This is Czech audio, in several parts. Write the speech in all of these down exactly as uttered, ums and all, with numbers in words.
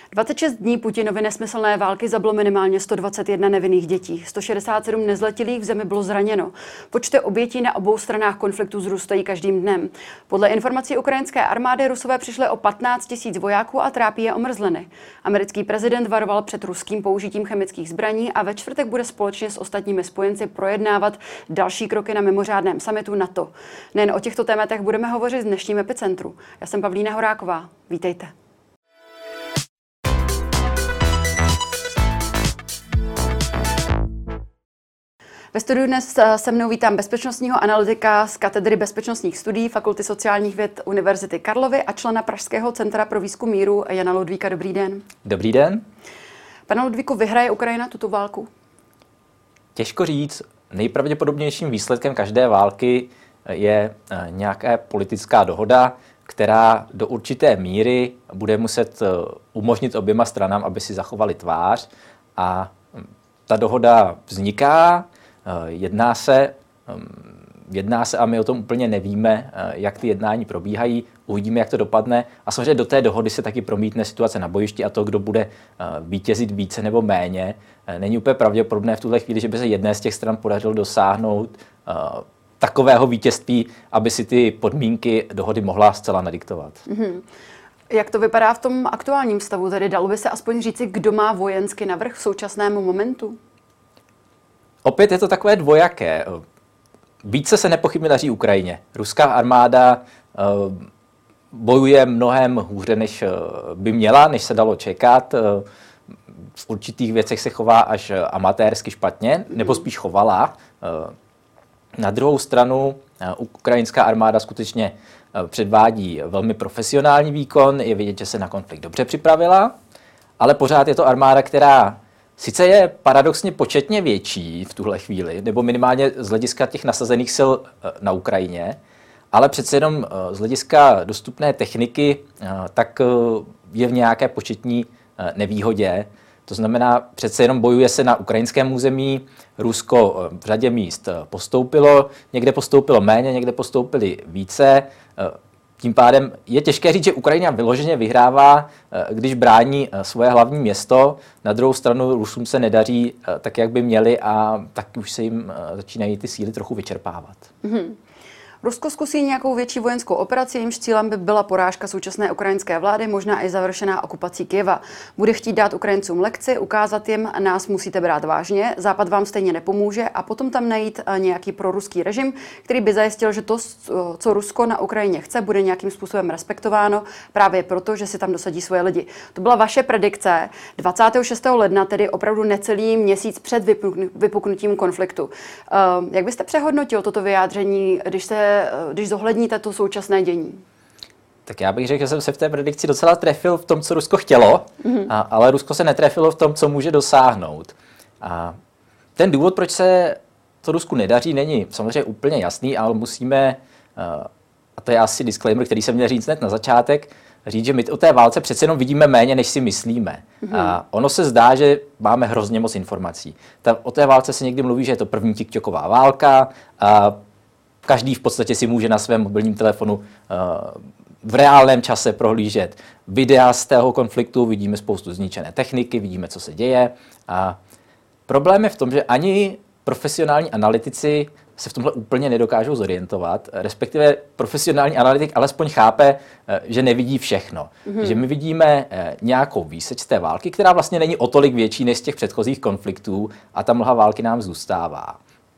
dvacet šest dní Putinovy nesmyslné války zabilo minimálně sto dvacet jedna nevinných dětí. sto šedesát sedm nezletilých v zemi bylo zraněno. Počty obětí na obou stranách konfliktu vzrůstají každým dnem. Podle informací ukrajinské armády Rusové přišli o patnáct tisíc vojáků a trápí je omrzliny. Americký prezident varoval před ruským použitím chemických zbraní a ve čtvrtek bude společně s ostatními spojenci projednávat další kroky na mimořádném summitu NATO. Nejen o těchto tématech budeme hovořit v dnešním Epicentru. Já jsem Pavlína Horáková. Vítejte. Ve studiu dnes se mnou vítám bezpečnostního analytika z katedry bezpečnostních studií Fakulty sociálních věd Univerzity Karlovy a člena Pražského centra pro výzkum míru Jana Ludvíka. Dobrý den. Dobrý den. Pane Ludvíku, vyhraje Ukrajina tuto válku? Těžko říct. Nejpravděpodobnějším výsledkem každé války je nějaká politická dohoda, která do určité míry bude muset umožnit oběma stranám, aby si zachovali tvář. A ta dohoda vzniká, jedná se, jedná se a my o tom úplně nevíme, jak ty jednání probíhají, uvidíme, jak to dopadne. A samozřejmě do té dohody se taky promítne situace na bojišti a to, kdo bude vítězit více nebo méně. Není úplně pravděpodobné v tuhle chvíli, že by se jedné z těch stran podařilo dosáhnout takového vítězství, aby si ty podmínky dohody mohla zcela nadiktovat. Mm-hmm. Jak to vypadá v tom aktuálním stavu? Tedy dalo by se aspoň říci, kdo má vojensky navrch v současnému momentu? Opět je to takové dvojaké. Více se nepochybně daří Ukrajině. Ruská armáda bojuje mnohem hůře, než by měla, než se dalo čekat. V určitých věcech se chová až amatérsky špatně, nebo spíš chovala. Na druhou stranu ukrajinská armáda skutečně předvádí velmi profesionální výkon, je vidět, že se na konflikt dobře připravila, ale pořád je to armáda, která sice je paradoxně početně větší v tuhle chvíli, nebo minimálně z hlediska těch nasazených sil na Ukrajině, ale přece jenom z hlediska dostupné techniky, tak je v nějaké početní nevýhodě. To znamená, přece jenom bojuje se na ukrajinském území, Rusko v řadě míst postoupilo, někde postoupilo méně, někde postoupili více. Tím pádem je těžké říct, že Ukrajina vyloženě vyhrává, když brání svoje hlavní město. Na druhou stranu Rusům se nedaří tak, jak by měli a tak už se jim začínají ty síly trochu vyčerpávat. Mm-hmm. Rusko zkusí nějakou větší vojenskou operaci, jejímž cílem by byla porážka současné ukrajinské vlády, možná i završená okupací Kyjeva. Bude chtít dát Ukrajincům lekci, ukázat jim, nás musíte brát vážně, Západ vám stejně nepomůže a potom tam najít nějaký proruský režim, který by zajistil, že to, co Rusko na Ukrajině chce, bude nějakým způsobem respektováno právě proto, že si tam dosadí svoje lidi. To byla vaše predikce dvacátého šestého ledna, tedy opravdu necelý měsíc před vypuknutím konfliktu. Jak byste přehodnotil toto vyjádření, když se když zohledníte to současné dění? Tak já bych řekl, že jsem se v té predikci docela trefil v tom, co Rusko chtělo, mm-hmm. a, ale Rusko se netrefilo v tom, co může dosáhnout. A ten důvod, proč se to Rusku nedaří, není samozřejmě úplně jasný, ale musíme, a to je asi disclaimer, který jsem měl říct hned na začátek, říct, že my o té válce přece jenom vidíme méně, než si myslíme. Mm-hmm. A ono se zdá, že máme hrozně moc informací. Ta, o té válce se někdy mluví, že je to první tiktoková válka, a každý v podstatě si může na svém mobilním telefonu uh, v reálném čase prohlížet videa z tého konfliktu, vidíme spoustu zničené techniky, vidíme, co se děje. A problém je v tom, že ani profesionální analytici se v tomhle úplně nedokážou zorientovat, respektive profesionální analytik alespoň chápe, že nevidí všechno. Mm-hmm. Že my vidíme nějakou výseč z té války, která vlastně není o tolik větší než z těch předchozích konfliktů a ta mlha války nám zůstává.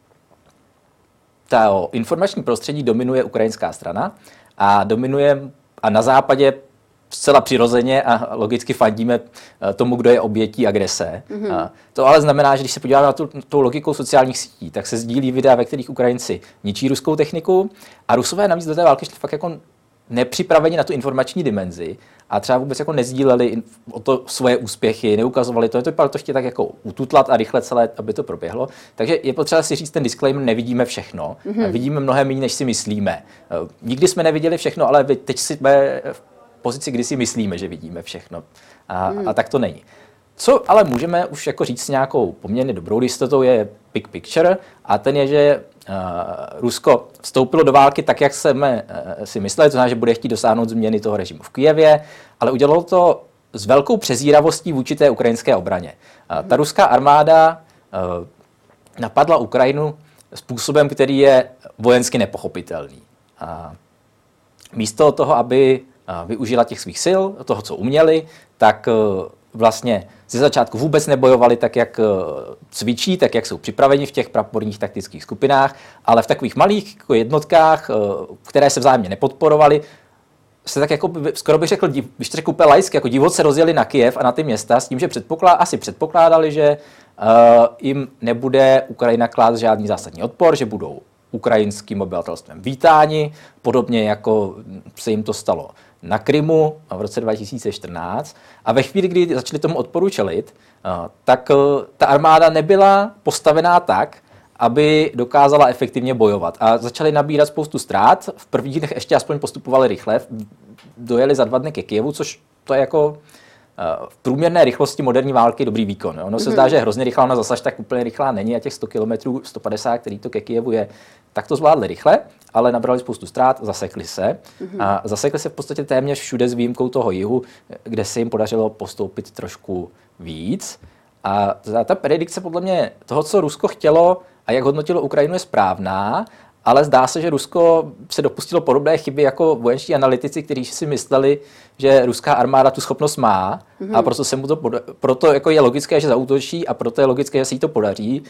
To informační prostředí dominuje ukrajinská strana a dominuje a na západě zcela přirozeně a logicky fandíme tomu, kdo je obětí agrese. Mm-hmm. To ale znamená, že když se podíváme na tu, tu logiku sociálních sítí, tak se sdílí videa, ve kterých Ukrajinci ničí ruskou techniku a Rusové navíc do té války šli fakt jako nepřipraveni na tu informační dimenzi a třeba vůbec jako nezdíleli o to svoje úspěchy, neukazovali to, to, to chtějí tak jako ututlat a rychle celé, aby to proběhlo. Takže je potřeba si říct ten disclaimer, nevidíme všechno, mm-hmm. vidíme mnohem méně, než si myslíme. Nikdy jsme neviděli všechno, ale teď jsme v pozici, kdy si myslíme, že vidíme všechno. A, mm. a tak to není. Co ale můžeme už jako říct s nějakou poměrně dobrou jistotou je big picture a ten je, že uh, Rusko vstoupilo do války tak, jak jsme uh, si mysleli, to znamená, že bude chtít dosáhnout změny toho režimu v Kyjevě, ale udělalo to s velkou přezíravostí vůči té ukrajinské obraně. Uh, ta ruská armáda uh, napadla Ukrajinu způsobem, který je vojensky nepochopitelný. Uh, místo toho, aby uh, využila těch svých sil, toho, co uměli, tak uh, vlastně ze začátku vůbec nebojovali tak, jak cvičí, tak, jak jsou připraveni v těch praporních taktických skupinách, ale v takových malých jako jednotkách, které se vzájemně nepodporovaly, se tak jako, skoro bych řekl, když to řekl úplně laicky, jako divoce rozjeli na Kyjev a na ty města s tím, že předpoklá, asi předpokládali, že uh, jim nebude Ukrajina klást žádný zásadní odpor, že budou ukrajinským obyvatelstvem vítáni, podobně jako se jim to stalo na Krymu v roce dva tisíce čtrnáct. A ve chvíli, kdy začali tomu odporu čelit, tak ta armáda nebyla postavená tak, aby dokázala efektivně bojovat. A začali nabírat spoustu ztrát. V prvních dnech ještě aspoň postupovali rychle. Dojeli za dva dny ke Kyjevu, což to je jako v průměrné rychlosti moderní války dobrý výkon. Ono se mm-hmm. zdá, že je hrozně rychlá, ona zase tak úplně rychlá není a těch sto kilometrů, sto padesát, který to ke Kyjevu je, tak to zvládli rychle, ale nabrali spoustu ztrát, zasekli se. Mm-hmm. A zasekli se v podstatě téměř všude s výjimkou toho jihu, kde se jim podařilo postoupit trošku víc. A ta predikce podle mě toho, co Rusko chtělo a jak hodnotilo Ukrajinu, je správná, ale zdá se, že Rusko se dopustilo podobné chyby jako vojenští analytici, kteří si mysleli, že ruská armáda tu schopnost má mm-hmm. a proto, se mu to poda- proto jako je logické, že zaútočí a proto je logické, že se jí to podaří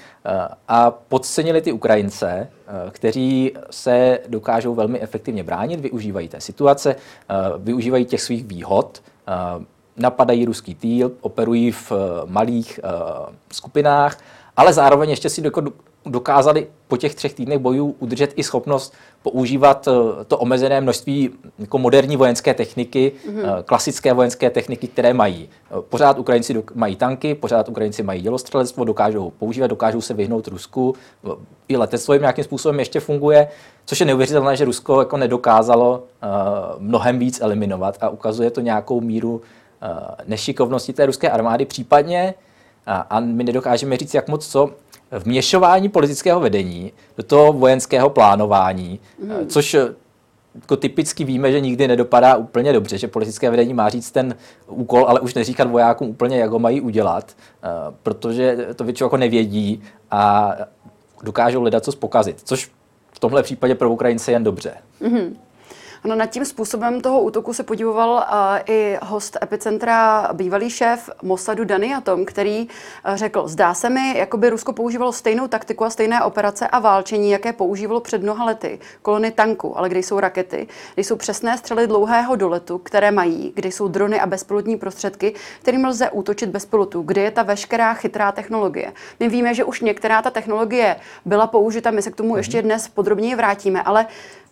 a podcenili ty Ukrajince, kteří se dokážou velmi efektivně bránit, využívají té situace, využívají těch svých výhod, napadají ruský týl, operují v malých skupinách, ale zároveň ještě si dokázali po těch třech týdnech bojů udržet i schopnost používat to omezené množství jako moderní vojenské techniky, mm-hmm. klasické vojenské techniky, které mají. Pořád Ukrajinci mají tanky, pořád Ukrajinci mají dělostřelectvo, dokážou používat, dokážou se vyhnout Rusku. I letectvo jim nějakým způsobem ještě funguje, což je neuvěřitelné, že Rusko jako nedokázalo uh, mnohem víc eliminovat a ukazuje to nějakou míru uh, nešikovnosti té ruské armády, případně a, a my nedokážeme říct, jak moc co, vměšování politického vedení do toho vojenského plánování, mm. což jako typicky víme, že nikdy nedopadá úplně dobře, že politické vedení má říct ten úkol, ale už neříkat vojákům úplně, jak ho mají udělat, protože to většinou jako nevědí a dokážou hledat co pokazit, což v tomhle případě pro Ukrajince jen dobře. Mm. No, nad tím způsobem toho útoku se podíval uh, i host Epicentra, bývalý šéf Mossadu Dani Atom, který uh, řekl, zdá se mi, jako by Rusko používalo stejnou taktiku a stejné operace a válčení, jaké používalo před mnoha lety. Kolony tanků, ale kde jsou rakety, kde jsou přesné střely dlouhého doletu, které mají, kde jsou drony a bezpilotní prostředky, kterým lze útočit bez pilotu, kde je ta veškerá chytrá technologie. My víme, že už některá ta technologie byla použita, my se k tomu ještě dnes podrobněji vrátíme, ale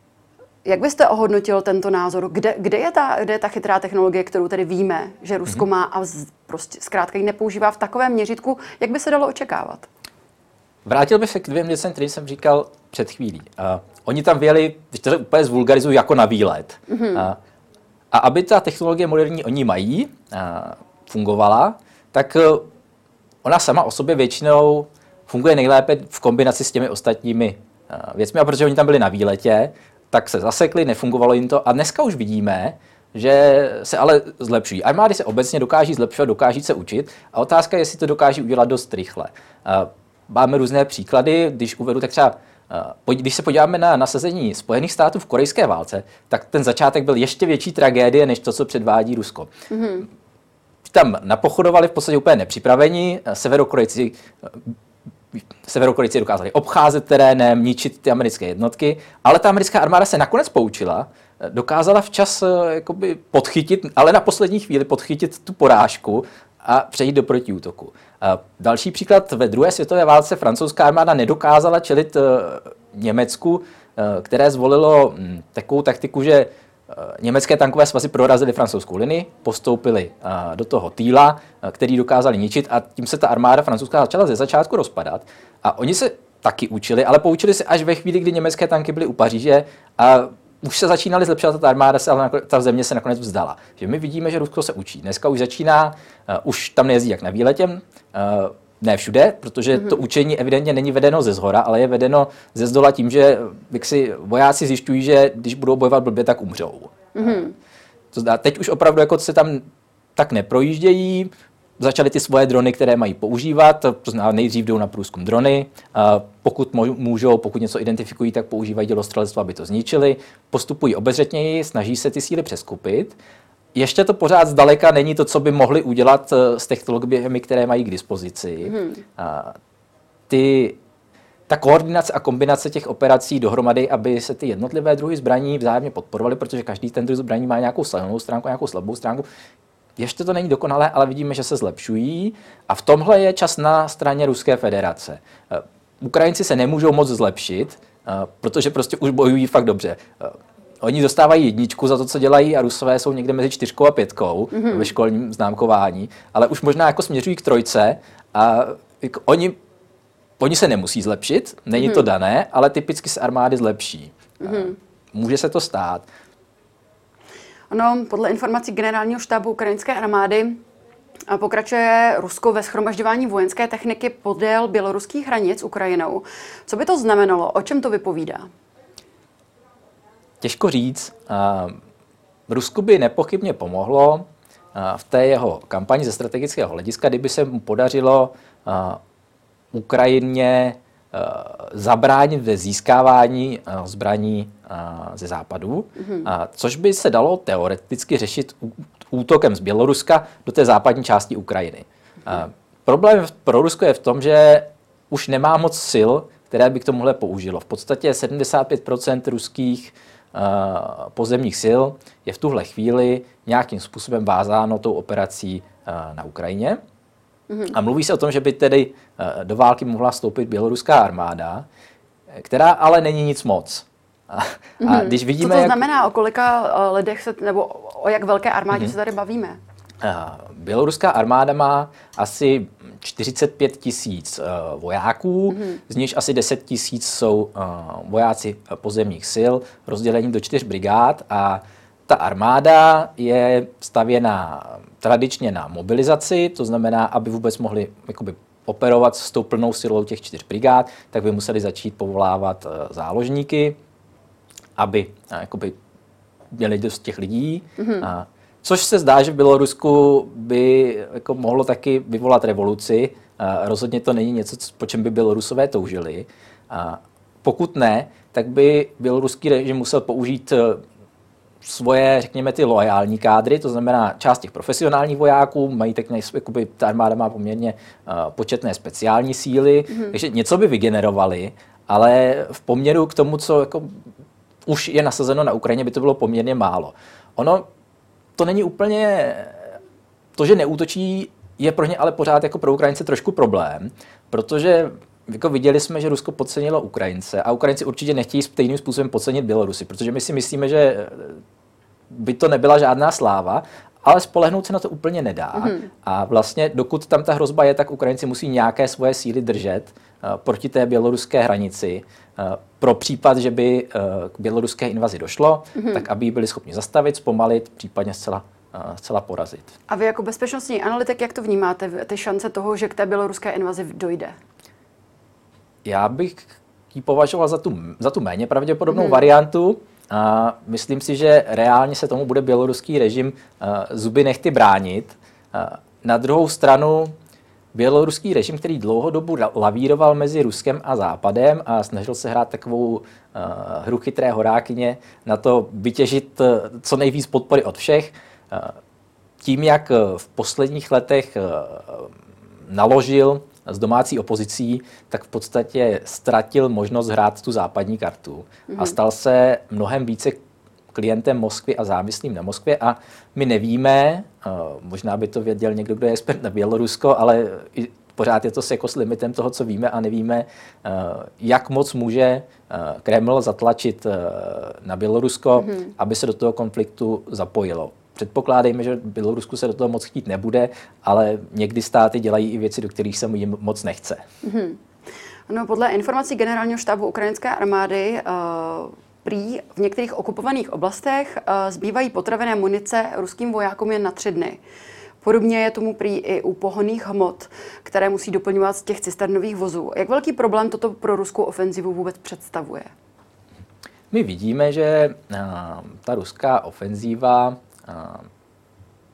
jak byste ohodnotil tento názor? Kde, kde, je ta, kde je ta chytrá technologie, kterou tedy víme, že Rusko mm-hmm. má a z, prostě zkrátka ji nepoužívá v takovém měřítku, jak by se dalo očekávat? Vrátil bych se k dvěm věcem, které jsem říkal před chvílí. Uh, oni tam vyjeli, když to úplně zvulgarizují, jako na výlet. Mm-hmm. Uh, a aby ta technologie moderní oni mají, uh, fungovala, tak uh, ona sama o sobě většinou funguje nejlépe v kombinaci s těmi ostatními uh, věcmi. A protože oni tam byli na výletě, tak se zasekli, nefungovalo jim to a dneska už vidíme, že se ale zlepšují. Armády se obecně dokáží zlepšovat, dokáží se učit a otázka je, jestli to dokáží udělat dost rychle. Máme různé příklady, když uvedu, tak třeba, když se podíváme na nasazení Spojených států v korejské válce, tak ten začátek byl ještě větší tragédie, než to, co předvádí Rusko. Mm-hmm. Tam napochodovali v podstatě úplně nepřipravení, Severokorejci Severokorejci dokázali obcházet terénem, ničit ty americké jednotky, ale ta americká armáda se nakonec poučila, dokázala včas jakoby podchytit, ale na poslední chvíli podchytit tu porážku a přejít do protiútoku. A další příklad, ve druhé světové válce francouzská armáda nedokázala čelit Německu, které zvolilo takovou taktiku, že německé tankové svazy prorazily francouzskou linii, postoupili do toho týla, který dokázali ničit a tím se ta armáda francouzská začala ze začátku rozpadat. A oni se taky učili, ale poučili se až ve chvíli, kdy německé tanky byly u Paříže a už se začínaly zlepšovat ta armáda, se, ale ta země se nakonec vzdala. Že my vidíme, že Rusko se učí. Dneska už začíná, uh, už tam nejezdí jak na výletě, uh, ne všude, protože mm-hmm. to učení evidentně není vedeno ze zhora, ale je vedeno ze zdola tím, že jak si vojáci zjišťují, že když budou bojovat blbě, tak umřou. Mm-hmm. To zdá, teď už opravdu jako se tam tak neprojíždějí, začali ty svoje drony, které mají používat, to znamená nejdřív jdou na průzkum drony, pokud můžou, pokud něco identifikují, tak používají dělostřelectvo, aby to zničili, postupují obezřetněji, snaží se ty síly přeskupit. Ještě to pořád zdaleka není to, co by mohli udělat s technologiemi, které mají k dispozici. Hmm. Ty, ta koordinace a kombinace těch operací dohromady, aby se ty jednotlivé druhy zbraní vzájemně podporovaly, protože každý ten druh zbraní má nějakou silnou stránku, nějakou slabou stránku. Ještě to není dokonalé, ale vidíme, že se zlepšují a v tomhle je čas na straně Ruské federace. Ukrajinci se nemůžou moc zlepšit, protože prostě už bojují fakt dobře. Oni dostávají jedničku za to, co dělají a Rusové jsou někde mezi čtyřkou a pětkou mm-hmm. ve školním známkování, ale už možná jako směřují k trojce a jako oni, oni se nemusí zlepšit, není mm-hmm. to dané, ale typicky se armády zlepší. Mm-hmm. Může se to stát. Ono, podle informací generálního štábu ukrajinské armády pokračuje Rusko ve shromažďování vojenské techniky podél běloruských hranic Ukrajinou. Co by to znamenalo? O čem to vypovídá? Těžko říct. Rusku by nepochybně pomohlo v té jeho kampani ze strategického hlediska, kdyby se mu podařilo Ukrajině zabránit ve získávání zbraní ze západu, mm-hmm. což by se dalo teoreticky řešit útokem z Běloruska do té západní části Ukrajiny. Mm-hmm. Problém pro Rusko je v tom, že už nemá moc sil, které by k tomuhle použilo. V podstatě sedmdesát pět procent ruských pozemních sil je v tuhle chvíli nějakým způsobem vázáno tou operací na Ukrajině. Mm-hmm. A mluví se o tom, že by tedy do války mohla vstoupit běloruská armáda, která ale není nic moc. A, mm-hmm. a když vidíme, co to jak... znamená, o kolika lidech se, nebo o jak velké armádě mm-hmm. se tady bavíme? Běloruská armáda má asi čtyřicet pět tisíc vojáků, mm-hmm. z nichž asi deset tisíc jsou vojáci pozemních sil, rozdělení do čtyř brigád a ta armáda je stavěná tradičně na mobilizaci, to znamená, aby vůbec mohli jakoby, operovat s tou plnou silou těch čtyř brigád, tak by museli začít povolávat záložníky, aby jakoby, měli dost těch lidí. Mm-hmm. A, což se zdá, že v Bělorusku by jako, mohlo taky vyvolat revoluci. A rozhodně to není něco, po čem by Bělorusové toužili. A pokud ne, tak by běloruský režim musel použít svoje, řekněme, ty loajální kádry, to znamená část těch profesionálních vojáků, mají tak, jakoby, ta armáda má poměrně uh, početné speciální síly, mm-hmm. takže něco by vygenerovali, ale v poměru k tomu, co jako, už je nasazeno na Ukrajině, by to bylo poměrně málo. Ono, to není úplně, to, že neútočí, je pro ně ale pořád jako pro Ukrajince trošku problém, protože jako viděli jsme, že Rusko podcenilo Ukrajince a Ukrajinci určitě nechtějí stejným způsobem podcenit Bělorusy, protože my si myslíme, že by to nebyla žádná sláva, ale spolehnout se na to úplně nedá. Mm-hmm. A vlastně dokud tam ta hrozba je, tak Ukrajinci musí nějaké svoje síly držet uh, proti té běloruské hranici. Uh, pro případ, že by uh, k běloruské invazi došlo, mm-hmm. tak aby ji byli schopni zastavit, zpomalit, případně zcela uh, zcela porazit. A vy jako bezpečnostní analytik, jak to vnímáte, ty šance toho, že k té běloruské invazi dojde? Já bych ji považoval za tu, za tu méně pravděpodobnou hmm. variantu. A myslím si, že reálně se tomu bude běloruský režim uh, zuby nehty bránit. Uh, na druhou stranu běloruský režim, který dlouhou dobu lavíroval mezi Ruskem a Západem a snažil se hrát takovou uh, hru chytré horákyně na to vytěžit uh, co nejvíc podpory od všech. Uh, tím, jak v posledních letech uh, naložil s domácí opozicí, tak v podstatě ztratil možnost hrát tu západní kartu mm-hmm. a stal se mnohem více klientem Moskvy a závislým na Moskvě a my nevíme, možná by to věděl někdo, kdo je expert na Bělorusko, ale pořád je to s, jako s limitem toho, co víme a nevíme, jak moc může Kreml zatlačit na Bělorusko, mm-hmm. aby se do toho konfliktu zapojilo. Předpokládejme, že Bělorusku se do toho moc chtít nebude, ale někdy státy dělají i věci, do kterých se mu jim moc nechce. Mm-hmm. No, podle informací generálního štábu ukrajinské armády uh, prý v některých okupovaných oblastech uh, zbývají potravené munice ruským vojákům jen na tři dny. Podobně je tomu prý i u pohonných hmot, které musí doplňovat z těch cisternových vozů. Jak velký problém toto pro ruskou ofenzivu vůbec představuje? My vidíme, že uh, ta ruská ofenzíva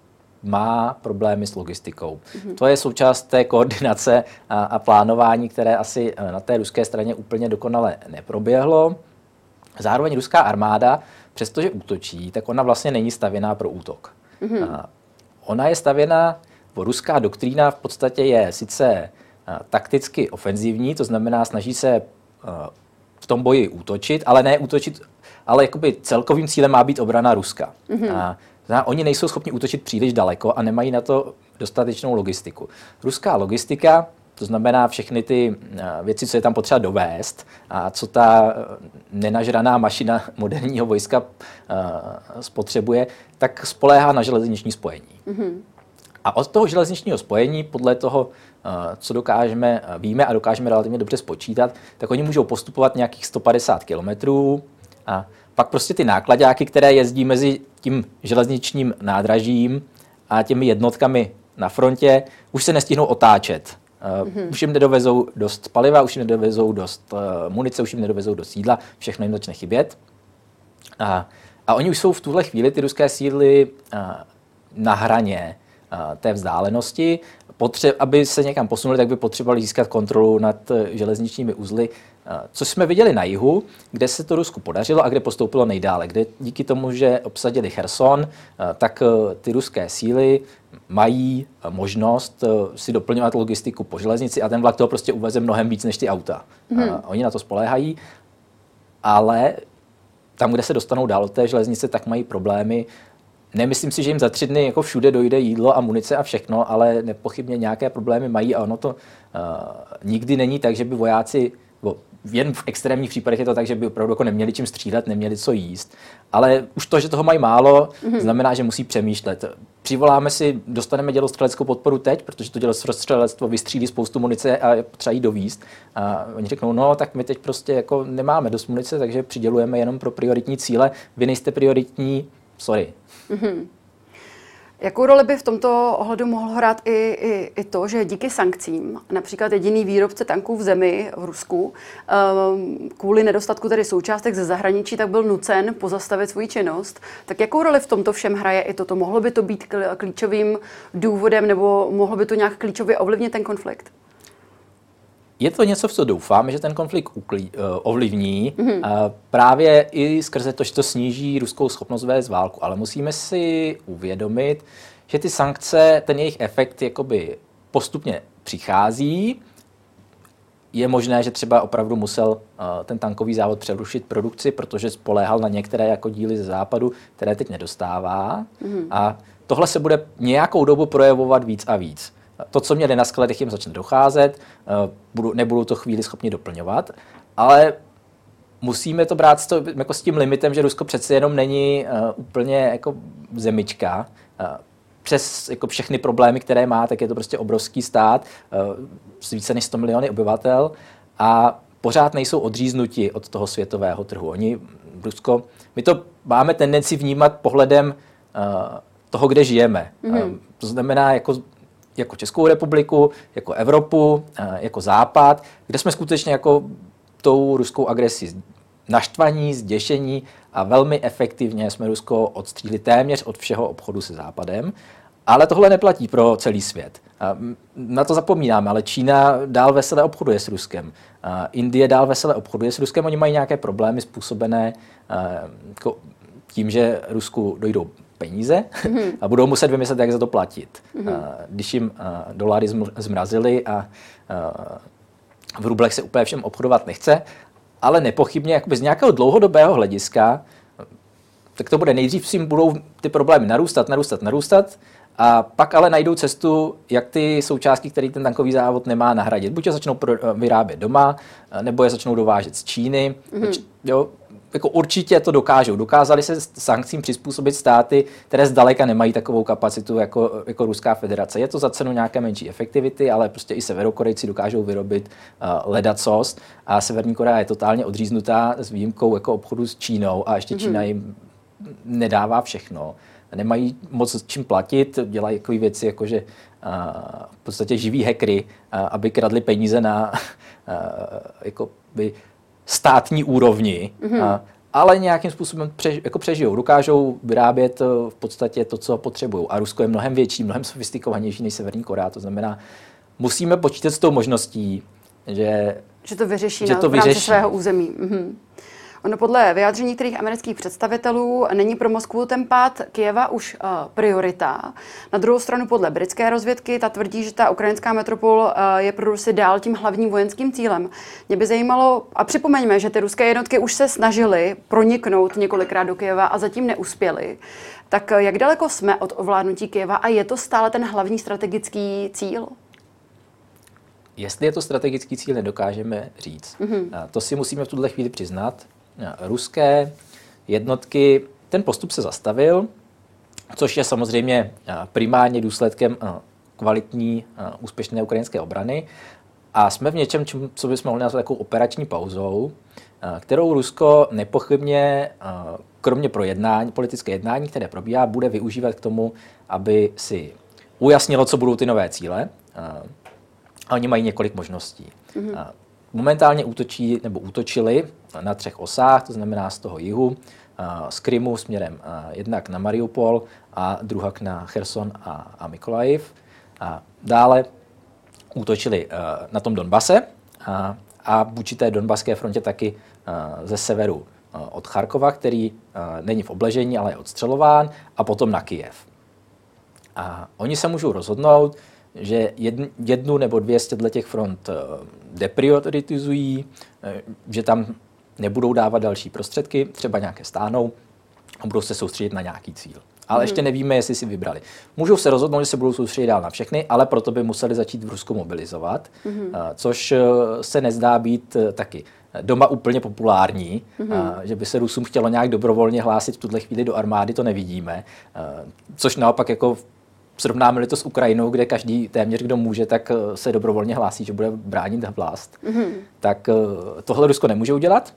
má problémy s logistikou. Mm-hmm. To je součást té koordinace a, a plánování, které asi na té ruské straně úplně dokonale neproběhlo. Zároveň ruská armáda, přestože útočí, tak ona vlastně není stavěná pro útok. Mm-hmm. A ona je stavěná, ruská doktrína v podstatě je sice a, takticky ofenzivní, to znamená snaží se a, v tom boji útočit, ale ne útočit, ale jakoby celkovým cílem má být obrana Ruska. Mm-hmm. A, znamená, oni nejsou schopni útočit příliš daleko a nemají na to dostatečnou logistiku. Ruská logistika, to znamená všechny ty věci, co je tam potřeba dovést a co ta nenažraná mašina moderního vojska spotřebuje, tak spoléhá na železniční spojení. Mm-hmm. A od toho železničního spojení, podle toho, co dokážeme, víme a dokážeme relativně dobře spočítat, tak oni můžou postupovat nějakých sto padesát kilometrů a pak prostě ty nákladáky, které jezdí mezi tím železničním nádražím a těmi jednotkami na frontě, už se nestihnou otáčet. Mm-hmm. Už jim nedovezou dost paliva, už jim nedovezou dost uh, munice, už jim nedovezou dost jídla, všechno jim začne chybět. A, a oni už jsou v tuhle chvíli, ty ruské síly, uh, na hraně uh, té vzdálenosti. Potře- aby se někam posunuli, tak by potřebovali získat kontrolu nad uh, železničními uzly, uh, což jsme viděli na jihu, kde se to Rusku podařilo a kde postoupilo nejdále. Kde díky tomu, že obsadili Cherson, uh, tak uh, ty ruské síly mají možnost si doplňovat logistiku po železnici a ten vlak toho prostě uveze mnohem víc než ty auta. Hmm. Oni na to spoléhají, ale tam, kde se dostanou dál od té železnice, tak mají problémy. Nemyslím si, že jim za tři dny jako všude dojde jídlo a munice a všechno, ale nepochybně nějaké problémy mají a ono to uh, nikdy není tak, že by vojáci, bo jen v extrémních případech je to tak, že by opravdu jako neměli čím střílet, neměli co jíst. Ale už to, že toho mají málo, mm-hmm. znamená, že musí přemýšlet. Přivoláme si, dostaneme dělostřeleckou podporu teď, protože to dělostřelectvo vystřílí spoustu munice a je potřeba jí dovízt. A oni řeknou, no tak my teď prostě jako nemáme dost munice, takže přidělujeme jenom pro prioritní cíle. Vy nejste prioritní, sorry. Mm-hmm. Jakou roli by v tomto ohledu mohlo hrát i, i, i to, že díky sankcím, například jediný výrobce tanků v zemi, v Rusku, kvůli nedostatku tedy součástek ze zahraničí, tak byl nucen pozastavit svou činnost. Tak jakou roli v tomto všem hraje i toto? Mohlo by to být klíčovým důvodem nebo mohlo by to nějak klíčově ovlivnit ten konflikt? Je to něco, v co doufám, že ten konflikt uklí, ovlivní, mm-hmm. právě i skrze to, že to sníží ruskou schopnost vést válku. Ale musíme si uvědomit, že ty sankce, ten jejich efekt jakoby postupně přichází. Je možné, že třeba opravdu musel ten tankový závod přerušit produkci, protože spoléhal na některé jako díly ze západu, které teď nedostává. Mm-hmm. A tohle se bude nějakou dobu projevovat víc a víc. To, co měli na skladech, jim začne docházet, budu, nebudou to chvíli schopni doplňovat, ale musíme to brát s, to, jako s tím limitem, že Rusko přece jenom není uh, úplně jako zemička. Uh, přes jako všechny problémy, které má, tak je to prostě obrovský stát uh, s více než sto miliony obyvatel a pořád nejsou odříznuti od toho světového trhu. Oni, Rusko, my to máme tendenci vnímat pohledem uh, toho, kde žijeme. Mm-hmm. Uh, to znamená jako jako Českou republiku, jako Evropu, jako Západ, kde jsme skutečně jako tou ruskou agresí naštvaní, zděšení a velmi efektivně jsme Rusko odstříli téměř od všeho obchodu se Západem. Ale tohle neplatí pro celý svět. Na to zapomínáme, ale Čína dál vesele obchoduje s Ruskem. Indie dál vesele obchoduje s Ruskem, oni mají nějaké problémy způsobené tím, že Rusku dojdou peníze mm-hmm. a budou muset vymyslet, jak za to platit. Mm-hmm. Když jim dolary zmrazily a v rublech se úplně všem obchodovat nechce, ale nepochybně jakoby z nějakého dlouhodobého hlediska, tak to bude nejdřív si budou ty problémy narůstat, narůstat, narůstat a pak ale najdou cestu, jak ty součástky, které ten tankový závod nemá, nahradit. Buď je začnou vyrábět doma, nebo je začnou dovážet z Číny. Mm-hmm. Jo, jako určitě to dokážou. Dokázali se sankcím přizpůsobit státy, které zdaleka nemají takovou kapacitu jako, jako Ruská federace. Je to za cenu nějaké menší efektivity, ale prostě i Severokorejci dokážou vyrobit uh, ledacost a Severní Korea je totálně odříznutá s výjimkou jako obchodu s Čínou a ještě mm-hmm. Čína jim nedává všechno. Nemají moc čím platit, dělají takové věci, jako že uh, v podstatě živí hackery, uh, aby kradli peníze na uh, jako by státní úrovni, mm-hmm. a, ale nějakým způsobem přež, jako přežijou. Dokážou vyrábět v podstatě to, co potřebují. A Rusko je mnohem větší, mnohem sofistikovanější než Severní Korea. To znamená, musíme počítat s tou možností, že, že to vyřeší že na, to v rámci vyřeší. svého území. Mhm. Ono podle vyjádření některých amerických představitelů není pro Moskvu ten pád Kyjeva už uh, priorita. Na druhou stranu podle britské rozvědky ta tvrdí, že ta ukrajinská metropol uh, je pro Rusy dál tím hlavním vojenským cílem. Mě by zajímalo, a připomeňme, že ty ruské jednotky už se snažily proniknout několikrát do Kyjeva a zatím neuspěly. Tak uh, jak daleko jsme od ovládnutí Kyjeva a je to stále ten hlavní strategický cíl? Jestli je to strategický cíl, nedokážeme říct. Mm-hmm. To si musíme v tuhle chvíli přiznat. Ruské jednotky, ten postup se zastavil, což je samozřejmě primárně důsledkem kvalitní, úspěšné ukrajinské obrany. A jsme v něčem, co bychom mohli nazvat takovou operační pauzou, kterou Rusko nepochybně, kromě pro jednání, politické jednání, které probíhá, bude využívat k tomu, aby si ujasnilo, co budou ty nové cíle. A oni mají několik možností. Mm-hmm. Momentálně útočí nebo útočili na třech osách, to znamená z toho jihu, z Krymu směrem jednak na Mariupol a druhá na Cherson a, a Mykolajiv. A dále útočili na tom Donbase a, a vůči té Donbaské frontě taky ze severu od Charkova, který není v obležení, ale je odstřelován, a potom na Kyjev. A oni se můžou rozhodnout, že jednu nebo dvě z těch front deprioritizují, že tam nebudou dávat další prostředky, třeba nějaké stáhnou a budou se soustředit na nějaký cíl. Ale mm. ještě nevíme, jestli si vybrali. Můžou se rozhodnout, že se budou soustředit dál na všechny, ale proto by museli začít v Rusku mobilizovat, mm. což se nezdá být taky doma úplně populární, mm. že by se Rusům chtělo nějak dobrovolně hlásit v tuhle chvíli do armády, to nevidíme, což naopak jako srovnáme-li to s Ukrajinou, kde každý téměř, kdo může, tak se dobrovolně hlásí, že bude bránit vlast. Mm-hmm. Tak tohle Rusko nemůže udělat.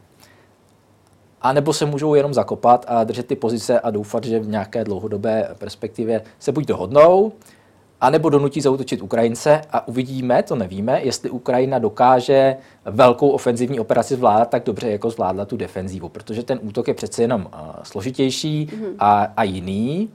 A nebo se můžou jenom zakopat a držet ty pozice a doufat, že v nějaké dlouhodobé perspektivě se buď dohodnou, anebo donutí zaútočit Ukrajince a uvidíme, to nevíme, jestli Ukrajina dokáže velkou ofenzivní operaci zvládat tak dobře, jako zvládla tu defenzivu, protože ten útok je přece jenom uh, složitější mm-hmm. a, a jiný.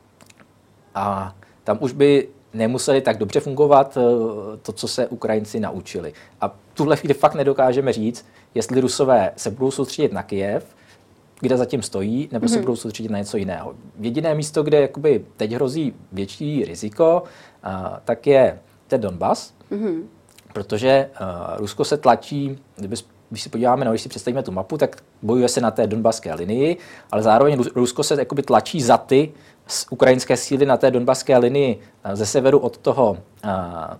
A tam už by nemuseli tak dobře fungovat to, co se Ukrajinci naučili. A v tuhle chvíli fakt nedokážeme říct, jestli Rusové se budou soustředit na Kyjev, kde zatím stojí, nebo mm-hmm. se budou soustředit na něco jiného. Jediné místo, kde jakoby teď hrozí větší riziko, a, tak je ten Donbas, mm-hmm. protože a, Rusko se tlačí, kdyby, když si podíváme, no, když si představíme tu mapu, tak bojuje se na té donbaské linii, ale zároveň Rusko se jakoby tlačí za ty z ukrajinské síly na té donbaské linii ze severu od toho a,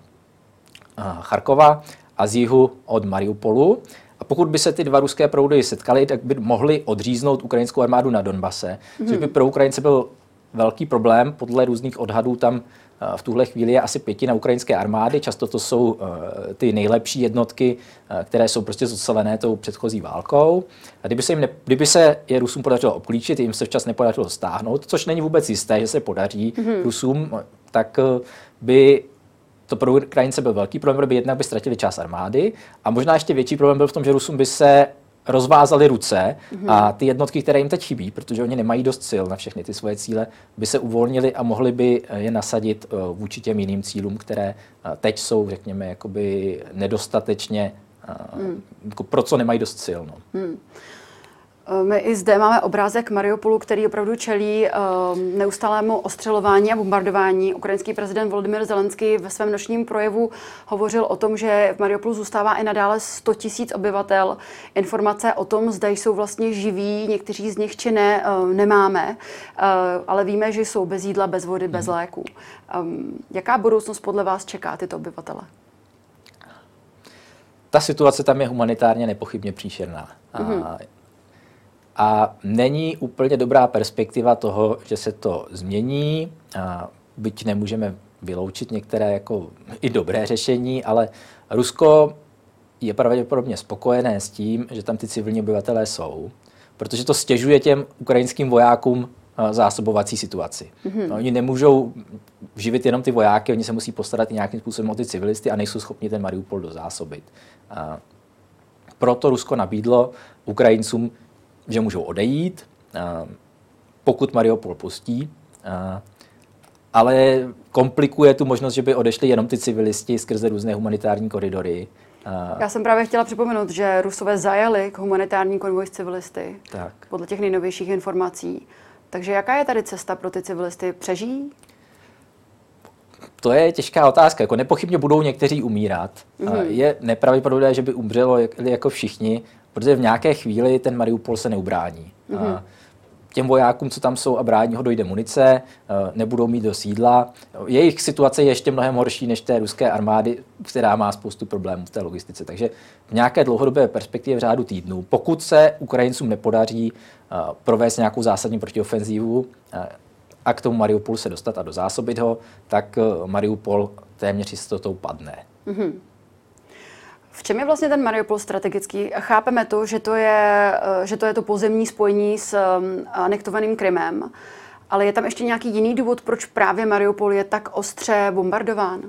a Charkova a z jihu od Mariupolu. A pokud by se ty dva ruské proudy setkaly, tak by mohli odříznout ukrajinskou armádu na Donbase, mm. což by pro Ukrajince byl velký problém. Podle různých odhadů tam v tuhle chvíli je asi pětina ukrajinské armády. Často to jsou ty nejlepší jednotky, které jsou prostě zocelené tou předchozí válkou. A kdyby se, jim ne, kdyby se je Rusům podařilo obklíčit, jim se včas nepodařilo stáhnout, což není vůbec jisté, že se podaří mm-hmm. Rusům, tak by to pro Ukrajince byl velký problém, protože jednak by ztratili část armády a možná ještě větší problém byl v tom, že Rusům by se rozvázali ruce mm-hmm. a ty jednotky, které jim teď chybí, protože oni nemají dost sil na všechny ty svoje cíle, by se uvolnili a mohli by je nasadit vůči těm jiným cílům, které teď jsou, řekněme, jakoby nedostatečně, mm. jako pro co nemají dost sil. No. Mm. My i zde máme obrázek Mariupolu, který opravdu čelí uh, neustálému ostřelování a bombardování. Ukrajinský prezident Volodymyr Zelenský ve svém nočním projevu hovořil o tom, že v Mariupolu zůstává i nadále sto tisíc obyvatel. Informace o tom, zda jsou vlastně živí, někteří z nich či ne, uh, nemáme, uh, ale víme, že jsou bez jídla, bez vody, bez léků. Um, jaká budoucnost podle vás čeká tyto obyvatele? Ta situace tam je humanitárně nepochybně příšerná. Mm-hmm. A A není úplně dobrá perspektiva toho, že se to změní, a byť nemůžeme vyloučit některé jako i dobré řešení, ale Rusko je pravděpodobně spokojené s tím, že tam ty civilní obyvatelé jsou, protože to stěžuje těm ukrajinským vojákům zásobovací situaci. Mm-hmm. No, oni nemůžou živit jenom ty vojáky, oni se musí postarat i nějakým způsobem o ty civilisty a nejsou schopni ten Mariupol dozásobit. A proto Rusko nabídlo Ukrajincům že můžou odejít, pokud Mariupol pustí, ale komplikuje tu možnost, že by odešli jenom ty civilisti skrze různé humanitární koridory. Já jsem právě chtěla připomenout, že Rusové zajeli k humanitární konvoj s civilisty, tak. Podle těch nejnovějších informací. Takže jaká je tady cesta pro ty civilisty? Přežijí? To je těžká otázka. Jako nepochybně budou někteří umírat. Mm-hmm. Je nepravděpodobné, že by umřelo jako všichni, protože v nějaké chvíli ten Mariupol se neubrání. Mm-hmm. Těm vojákům, co tam jsou a brání ho, dojde munice, nebudou mít do sídla. Jejich situace je ještě mnohem horší než té ruské armády, která má spoustu problémů v té logistice. Takže v nějaké dlouhodobé perspektivě v řádu týdnů, pokud se Ukrajincům nepodaří provést nějakou zásadní protiofenzívu a k tomu Mariupolu se dostat a dozásobit ho, tak Mariupol téměř jistotou padne. Mm-hmm. V čem je vlastně ten Mariupol strategický? Chápeme to, že to je, že to je to pozemní spojení s anektovaným Krymem, ale je tam ještě nějaký jiný důvod, proč právě Mariupol je tak ostře bombardován?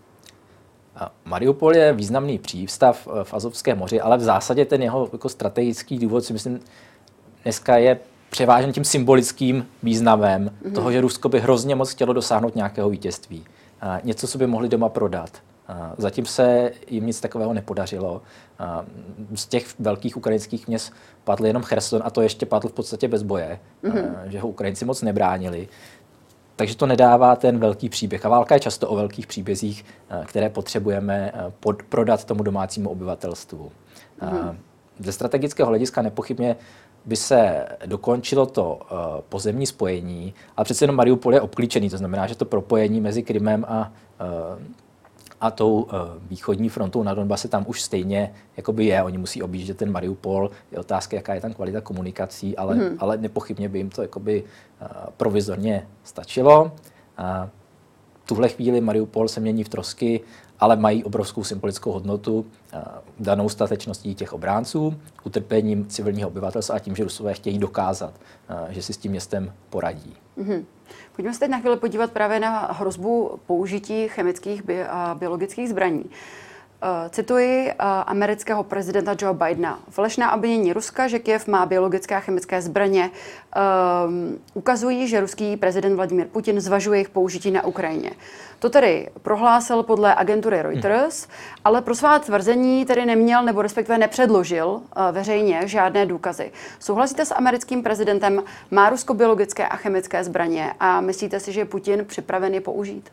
Mariupol je významný přístav v Azovském moři, ale v zásadě ten jeho jako strategický důvod si myslím dneska je převážen tím symbolickým významem mm-hmm. toho, že Rusko by hrozně moc chtělo dosáhnout nějakého vítězství. Něco, co by mohli doma prodat. Zatím se jim nic takového nepodařilo. Z těch velkých ukrajinských měst padl jenom Cherson a to ještě padl v podstatě bez boje, mm-hmm. že ho Ukrajinci moc nebránili. Takže to nedává ten velký příběh. A válka je často o velkých příbězích, které potřebujeme pod, prodat tomu domácímu obyvatelstvu. Mm-hmm. Ze strategického hlediska nepochybně by se dokončilo to uh, pozemní spojení, ale přece jenom Mariupol je obklíčený, to znamená, že to propojení mezi Krymem a, uh, a tou uh, východní frontou na Donbase tam už stejně jakoby je. Oni musí objíždět ten Mariupol, je otázka, jaká je tam kvalita komunikací, ale, hmm. ale nepochybně by jim to jakoby uh, provizorně stačilo. Uh, tuhle chvíli Mariupol se mění v trosky, ale mají obrovskou symbolickou hodnotu danou statečností těch obránců, utrpením civilního obyvatelstva a tím, že Rusové chtějí dokázat, že si s tím městem poradí. Mm-hmm. Pojďme se teď na chvíli podívat právě na hrozbu použití chemických a biologických zbraní. Cituji amerického prezidenta Joe Bidena. Falešná obvinění Ruska, že Kyjev má biologické a chemické zbraně, um, ukazují, že ruský prezident Vladimír Putin zvažuje jejich použití na Ukrajině. To tedy prohlásil podle agentury Reuters, hmm. ale pro svá tvrzení tedy neměl nebo respektive nepředložil uh, veřejně žádné důkazy. Souhlasíte s americkým prezidentem? Má Rusko biologické a chemické zbraně a myslíte si, že je Putin připraven je použít?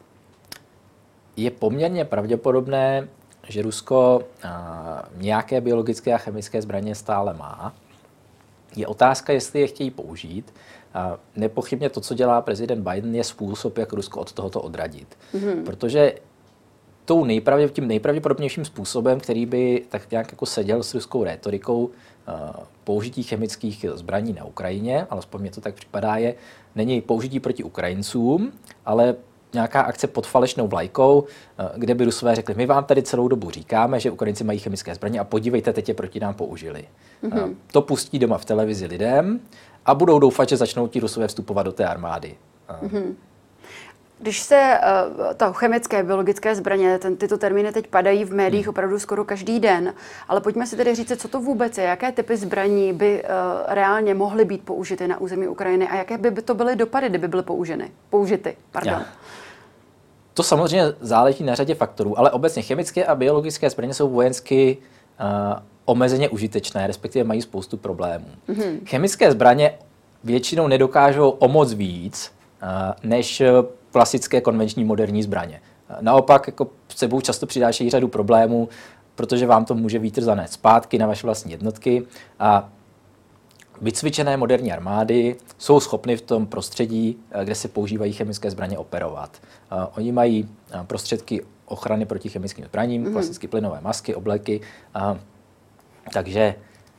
Je poměrně pravděpodobné, že Rusko a, nějaké biologické a chemické zbraně stále má. Je otázka, jestli je chtějí použít. A nepochybně to, co dělá prezident Biden, je způsob, jak Rusko od tohoto odradit. Mm-hmm. Protože tou nejpravdě, tím nejpravděpodobnějším způsobem, který by tak nějak jako seděl s ruskou rétorikou a, použití chemických zbraní na Ukrajině, alespoň mě to tak připadá, je, není použití proti Ukrajincům, ale nějaká akce pod falešnou vlajkou, kde by Rusové řekli, my vám tady celou dobu říkáme, že Ukrajinci mají chemické zbraně a podívejte, teď je proti nám použili. Mm-hmm. To pustí doma v televizi lidem a budou doufat, že začnou ti Rusové vstupovat do té armády. Mm-hmm. Když se uh, to chemické, biologické zbraně, ten, tyto termíny teď padají v médiích hmm. opravdu skoro každý den, ale pojďme si tedy říct, co to vůbec je, jaké typy zbraní by uh, reálně mohly být použity na území Ukrajiny a jaké by to byly dopady, kdyby byly použeny, použity. Pardon. Ja. To samozřejmě záleží na řadě faktorů, ale obecně chemické a biologické zbraně jsou vojensky uh, omezeně užitečné, respektive mají spoustu problémů. Mm-hmm. Chemické zbraně většinou nedokážou o moc víc, uh, než klasické konvenční moderní zbraně. Naopak jako sebou často přinášejí řadu problémů, protože vám to může vítr zanést zpátky na vaše vlastní jednotky a vycvičené moderní armády jsou schopny v tom prostředí, kde se používají chemické zbraně, operovat. Oni mají prostředky ochrany proti chemickým zbraním, mm-hmm. klasicky plynové masky, obleky, takže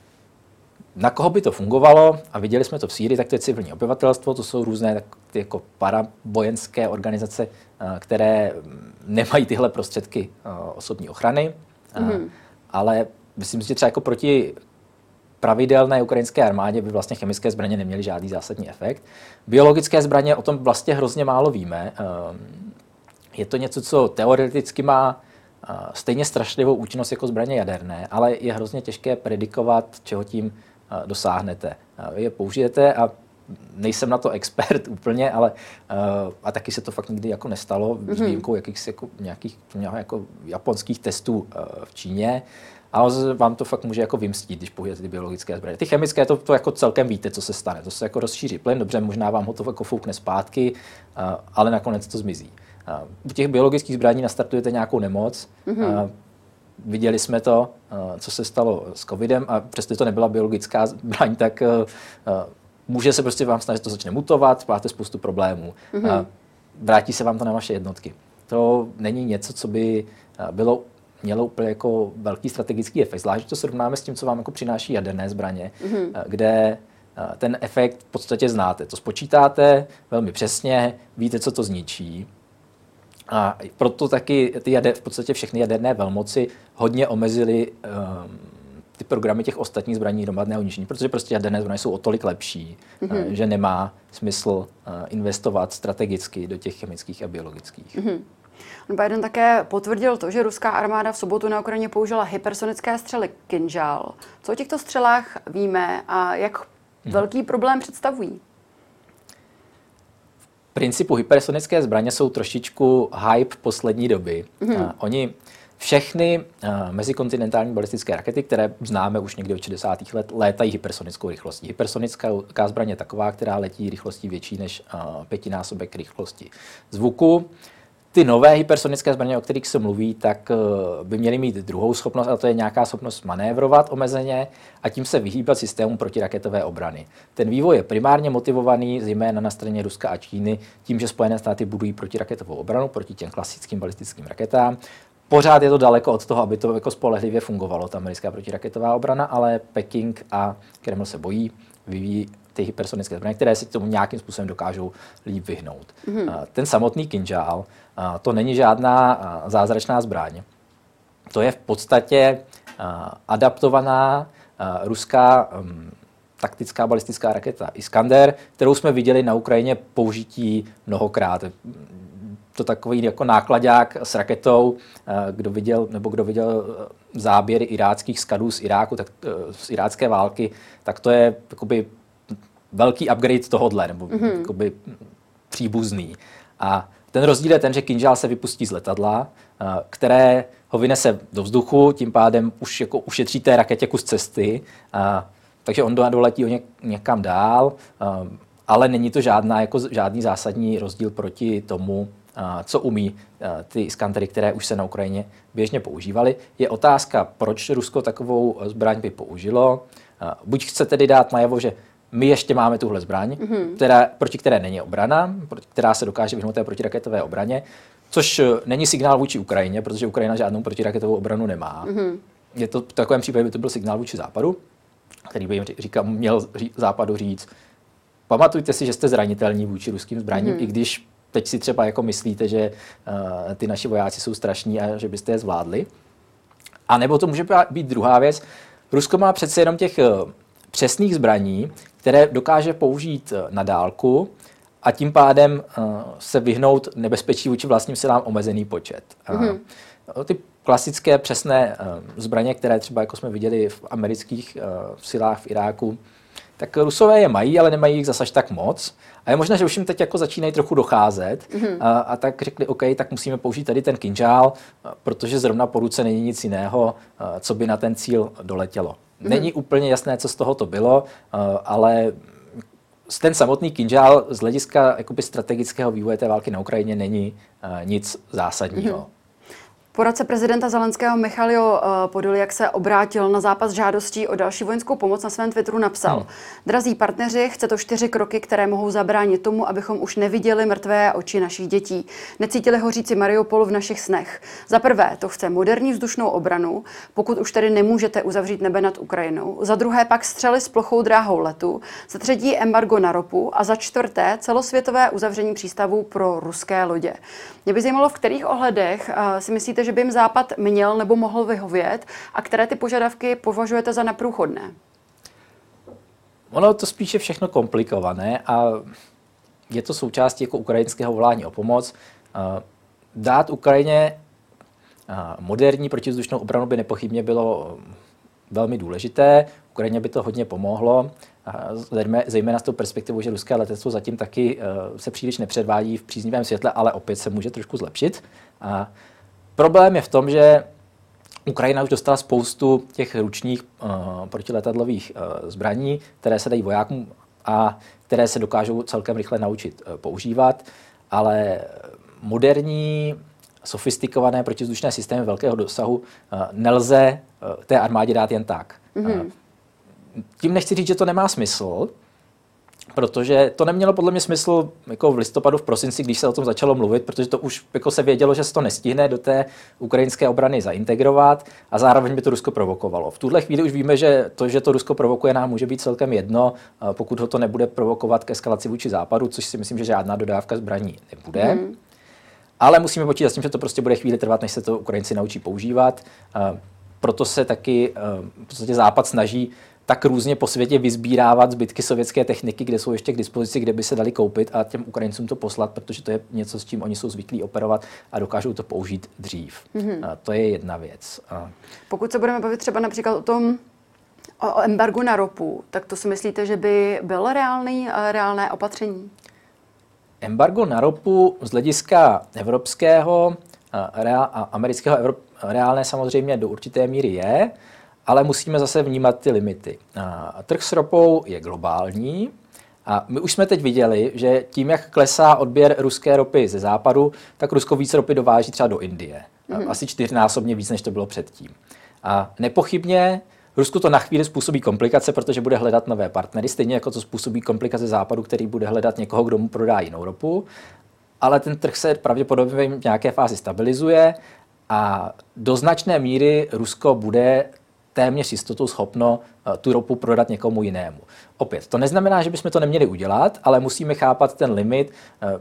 na koho by to fungovalo, a viděli jsme to v Sýrii, tak to je civilní obyvatelstvo, to jsou různé tak, ty jako paravojenské organizace, které nemají tyhle prostředky osobní ochrany, mm-hmm. ale myslím si, že třeba jako proti pravidelné ukrajinské armádě by vlastně chemické zbraně neměly žádný zásadní efekt. Biologické zbraně, o tom vlastně hrozně málo víme. Je to něco, co teoreticky má stejně strašlivou účinnost jako zbraně jaderné, ale je hrozně těžké predikovat, čeho tím dosáhnete. Vy je použijete a nejsem na to expert úplně, ale uh, a taky se to fakt nikdy jako nestalo, mm-hmm. s výjimkou jakýchsi jako nějakých jako japonských testů uh, v Číně, ale vám to fakt může jako vymstít, když použijete ty biologické zbraně. Ty chemické, to, to jako celkem víte, co se stane. To se jako rozšíří plyn, dobře, možná vám ho to jako foukne zpátky, uh, ale nakonec to zmizí. Uh, u těch biologických zbraní nastartujete nějakou nemoc, mm-hmm. uh, viděli jsme to, uh, co se stalo s covidem a přestože to nebyla biologická zbraň, tak uh, uh, může se prostě vám snažit, to začne mutovat, máte spoustu problémů. Mm-hmm. Vrátí se vám to na vaše jednotky. To není něco, co by bylo, mělo úplně jako velký strategický efekt. Zvlášť, že to srovnáme s tím, co vám jako přináší jaderné zbraně, mm-hmm. kde ten efekt v podstatě znáte. To spočítáte velmi přesně, víte, co to zničí. A proto taky ty jader, v podstatě všechny jaderné velmoci hodně omezily um, ty programy těch ostatních zbraní hromadného ničení, protože prostě jaderné zbraně jsou o tolik lepší, mm-hmm. že nemá smysl investovat strategicky do těch chemických a biologických. Mm-hmm. Biden také potvrdil to, že ruská armáda v sobotu na Ukrajině použila hypersonické střely Kinžal. Co o těchto střelách víme a jak mm-hmm. velký problém představují? V principu hypersonické zbraně jsou trošičku hype poslední doby. Mm-hmm. Oni Všechny uh, mezikontinentální balistické rakety, které známe už někdy od šedesátých let, létají hypersonickou rychlostí. Hypersonická zbraň je taková, která letí rychlostí větší než uh, pětinásobek rychlosti zvuku. Ty nové hypersonické zbraně, o kterých se mluví, tak uh, by měly mít druhou schopnost, a to je nějaká schopnost manévrovat omezeně a tím se vyhýbat systému protiraketové obrany. Ten vývoj je primárně motivovaný zejména na straně Ruska a Číny tím, že Spojené státy budují protiraketovou obranu proti těm klasickým balistickým raketám. Pořád je to daleko od toho, aby to jako spolehlivě fungovalo, ta americká protiraketová obrana, ale Peking a Kreml se bojí, vyvíjí ty hypersonické zbraně, které si tomu nějakým způsobem dokážou líp vyhnout. Mm-hmm. Ten samotný Kinžal, to není žádná zázračná zbraň. To je v podstatě adaptovaná ruská taktická balistická raketa Iskander, kterou jsme viděli na Ukrajině použití mnohokrát. To takový jako nákladák s raketou, kdo viděl, nebo kdo viděl záběry iráckých skadů z Iráku, tak, z irácké války, tak to je jakoby velký upgrade tohodle, nebo mm-hmm. jakoby příbuzný. A ten rozdíl je ten, že Kinžal se vypustí z letadla, které ho vynese do vzduchu, tím pádem už jako ušetří té raketě kus cesty, a, takže on doletí o něk, někam dál, a, ale není to žádná, jako žádný zásadní rozdíl proti tomu, co umí ty Iskandery, které už se na Ukrajině běžně používaly. Je otázka, proč Rusko takovou zbraň by použilo. Buď chce tedy dát najevo, že my ještě máme tuhle zbraň, mm-hmm. která, proti které není obrana, která se dokáže vyhnout té protiraketové obraně, což není signál vůči Ukrajině, protože Ukrajina žádnou protiraketovou obranu nemá. Mm-hmm. Je to v takovém případě by to byl signál vůči Západu, který by jim říkal, měl Západu říct, pamatujte si, že jste zranitelní vůči ruským zbraním, mm-hmm. i když teď si třeba jako myslíte, že uh, ty naši vojáci jsou strašní a že byste je zvládli. A nebo to může být druhá věc. Rusko má přece jenom těch uh, přesných zbraní, které dokáže použít uh, na dálku a tím pádem uh, se vyhnout nebezpečí vůči vlastním silám omezený počet. Mm-hmm. Uh, ty klasické přesné uh, zbraně, které třeba jako jsme viděli v amerických uh, silách v Iráku, tak Rusové je mají, ale nemají jich zase až tak moc. A je možné, že už jim teď jako začínají trochu docházet mm-hmm. a, a tak řekli, OK, tak musíme použít tady ten Kinžal, protože zrovna po ruce není nic jiného, co by na ten cíl doletělo. Mm-hmm. Není úplně jasné, co z toho to bylo, ale ten samotný Kinžal z hlediska jakoby strategického vývoje té války na Ukrajině není nic zásadního. Mm-hmm. Poradce prezidenta Zelenského Michalio Podoljak se obrátil na Západ s žádostí o další vojenskou pomoc. Na svém Twitteru napsal: hmm. Drazí partneři, chce to čtyři kroky, které mohou zabránit tomu, abychom už neviděli mrtvé oči našich dětí. Necítili hořící Mariupol v našich snech. Za prvé, to chce moderní vzdušnou obranu, pokud už tedy nemůžete uzavřít nebe nad Ukrajinou. Za druhé pak střely s plochou dráhou letu. Za třetí embargo na ropu. A za čtvrté celosvětové uzavření přístavů pro ruské lodě. Mě by zajímalo, v kterých ohledech uh, si myslíte, že by jim Západ měl nebo mohl vyhovět a které ty požadavky považujete za neprůchodné? Ono to spíše všechno komplikované a je to součástí jako ukrajinského volání o pomoc. Dát Ukrajině moderní protivzdušnou obranu by nepochybně bylo velmi důležité. Ukrajině by to hodně pomohlo, zejména z toho perspektivu, že ruské letectvo zatím taky se příliš nepředvádí v příznivém světle, ale opět se může trošku zlepšit. A problém je v tom, že Ukrajina už dostala spoustu těch ručních uh, protiletadlových uh, zbraní, které se dají vojákům a které se dokážou celkem rychle naučit uh, používat, ale moderní, sofistikované protivzdušné systémy velkého dosahu uh, nelze uh, té armádě dát jen tak. Mm-hmm. Uh, tím nechci říct, že to nemá smysl, protože to nemělo podle mě smysl jako v listopadu, v prosinci, když se o tom začalo mluvit, protože to už jako se vědělo, že se to nestihne do té ukrajinské obrany zaintegrovat a zároveň by to Rusko provokovalo. V tuhle chvíli už víme, že to, že to Rusko provokuje, nám může být celkem jedno, pokud ho to nebude provokovat k eskalaci vůči západu, což si myslím, že žádná dodávka zbraní nebude. Hmm. Ale musíme počítat s tím, že to prostě bude chvíli trvat, než se to Ukrajinci naučí používat. Proto se taky v podstatě Západ snaží tak různě po světě vyzbírávat zbytky sovětské techniky, kde jsou ještě k dispozici, kde by se dali koupit a těm Ukrajincům to poslat, protože to je něco, s čím oni jsou zvyklí operovat a dokážou to použít dřív. Mm-hmm. A to je jedna věc. A pokud se budeme bavit třeba například o tom, o embargu na ropu, tak to si myslíte, že by bylo reálný, reálné opatření? Embargo na ropu z hlediska evropského a amerického Evrop, reálné samozřejmě do určité míry je, ale musíme zase vnímat ty limity. A trh s ropou je globální a my už jsme teď viděli, že tím, jak klesá odběr ruské ropy ze západu, tak Rusko víc ropy dováží třeba do Indie. Mm-hmm. Asi čtyřnásobně víc, než to bylo předtím. A nepochybně Rusku to na chvíli způsobí komplikace, protože bude hledat nové partnery, stejně jako to způsobí komplikace západu, který bude hledat někoho, kdo mu prodá jinou ropu. Ale ten trh se pravděpodobně v nějaké fázi stabilizuje a do značné míry Rusko bude téměř jistotou schopno tu ropu prodat někomu jinému. Opět, to neznamená, že bychom to neměli udělat, ale musíme chápat ten limit,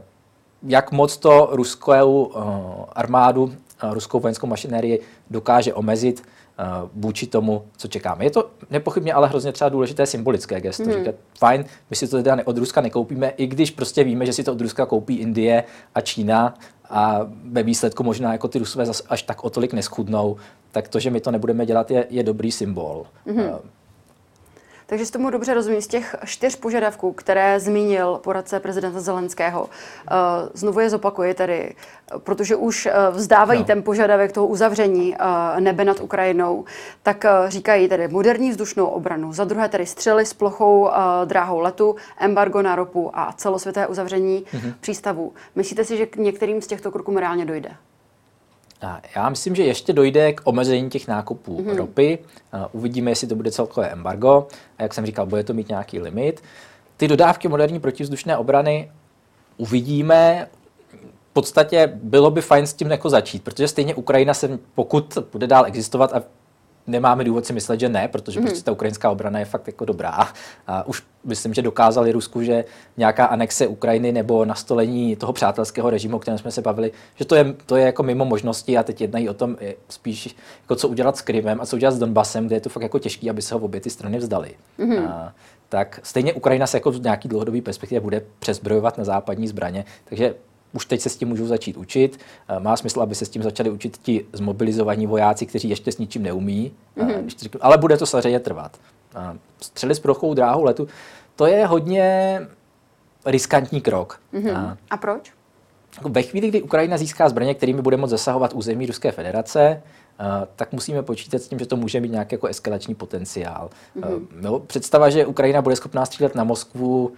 jak moc to ruskou armádu, ruskou vojenskou mašinérii dokáže omezit vůči tomu, co čekáme. Je to nepochybně ale hrozně třeba důležité symbolické gesto. Hmm. Říkat, fajn, my si to teda od Ruska nekoupíme, i když prostě víme, že si to od Ruska koupí Indie a Čína a ve výsledku možná jako ty Rusové zas až tak o tolik neschudnou, tak to, že my to nebudeme dělat, je, je dobrý symbol. Hmm. Uh, Takže si tomu dobře rozumím, z těch čtyř požadavků, které zmínil poradce prezidenta Zelenského, znovu je zopakuji tedy, protože už vzdávají no. ten požadavek toho uzavření nebe nad Ukrajinou, tak říkají tedy moderní vzdušnou obranu, za druhé tedy střely s plochou dráhou letu, embargo na ropu a celosvětové uzavření mm-hmm. přístavů. Myslíte si, že k některým z těchto kroků reálně dojde? Já myslím, že ještě dojde k omezení těch nákupů mm-hmm. ropy. Uvidíme, jestli to bude celkové embargo. A jak jsem říkal, bude to mít nějaký limit. Ty dodávky moderní protivzdušné obrany uvidíme. V podstatě bylo by fajn s tím jako začít, protože stejně Ukrajina se, pokud bude dál existovat a nemáme důvod si myslet, že ne, protože mm. prostě ta ukrajinská obrana je fakt jako dobrá. A už myslím, že dokázali Rusku, že nějaká anexe Ukrajiny nebo nastolení toho přátelského režimu, o kterém jsme se bavili, že to je, to je jako mimo možnosti a teď jednají o tom spíš, jako co udělat s Krymem a co udělat s Donbasem, kde je to fakt jako těžké, aby se ho obě ty strany vzdali. Mm. A, tak stejně Ukrajina se jako v nějaký dlouhodobý perspektivě bude přezbrojovat na západní zbraně, takže už teď se s tím můžou začít učit. Má smysl, aby se s tím začali učit ti zmobilizovaní vojáci, kteří ještě s ničím neumí, mm-hmm. ale bude to samozřejmě trvat. Střely s plochou dráhou letu, to je hodně riskantní krok. Mm-hmm. A, A proč? Ve chvíli, kdy Ukrajina získá zbraně, kterými bude moct zasahovat území Ruské federace, tak musíme počítat s tím, že to může mít nějaký jako eskalační potenciál. Mm-hmm. No, představa, že Ukrajina bude schopná střílet na Moskvu,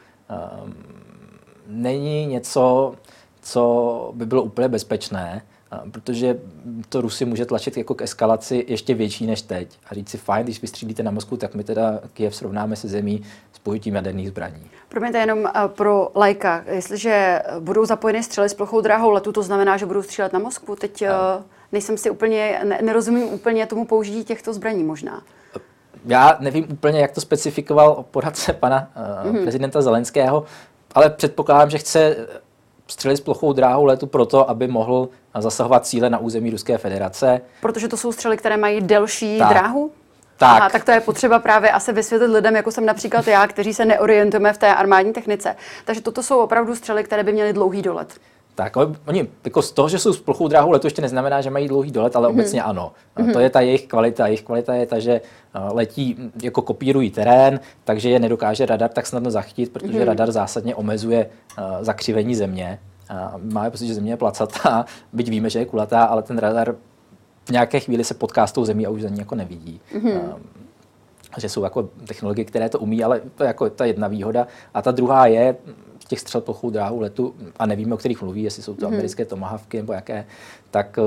není něco, co by bylo úplně bezpečné, protože to Rusy může tlačit jako k eskalaci ještě větší než teď. A říct si, fajn, když vystřílíte na Moskvu, tak my teda Kyjev srovnáme se zemí s použitím jaderných zbraní. Promiňte, jenom pro laika, jestliže budou zapojeny střely s plochou dráhou letu, to znamená, že budou střílet na Moskvu? Teď a... nejsem si úplně, ne, nerozumím úplně tomu použití těchto zbraní možná. Já nevím úplně, jak to specifikoval poradce pana uh, mm-hmm. prezidenta Zelenského, ale předpokládám, že chce střelit s plochou dráhou letu proto, aby mohl zasahovat cíle na území Ruské federace. Protože to jsou střely, které mají delší tak. dráhu? Tak. Aha, tak to je potřeba právě asi vysvětlit lidem, jako jsem například já, kteří se neorientujeme v té armádní technice. Takže toto jsou opravdu střely, které by měly dlouhý dolet. Tak, oni jako z toho, že jsou s plochou dráhou letu, ještě neznamená, že mají dlouhý dolet, ale mm-hmm. obecně ano. Mm-hmm. To je ta jejich kvalita. Jejich kvalita je ta, že letí, jako kopírují terén, takže je nedokáže radar tak snadno zachytit, protože mm-hmm. radar zásadně omezuje uh, zakřivení země. Uh, máme pocit, že země je placatá, byť víme, že je kulatá, ale ten radar v nějaké chvíli se potká s tou zemí a už za ní jako nevidí. Mm-hmm. Uh, že jsou jako technologie, které to umí, ale to je jako ta jedna výhoda. A ta druhá je, těch střel plochou dráhu letu, a nevíme, o kterých mluví, jestli jsou to mm-hmm. americké tomahawky nebo jaké, tak,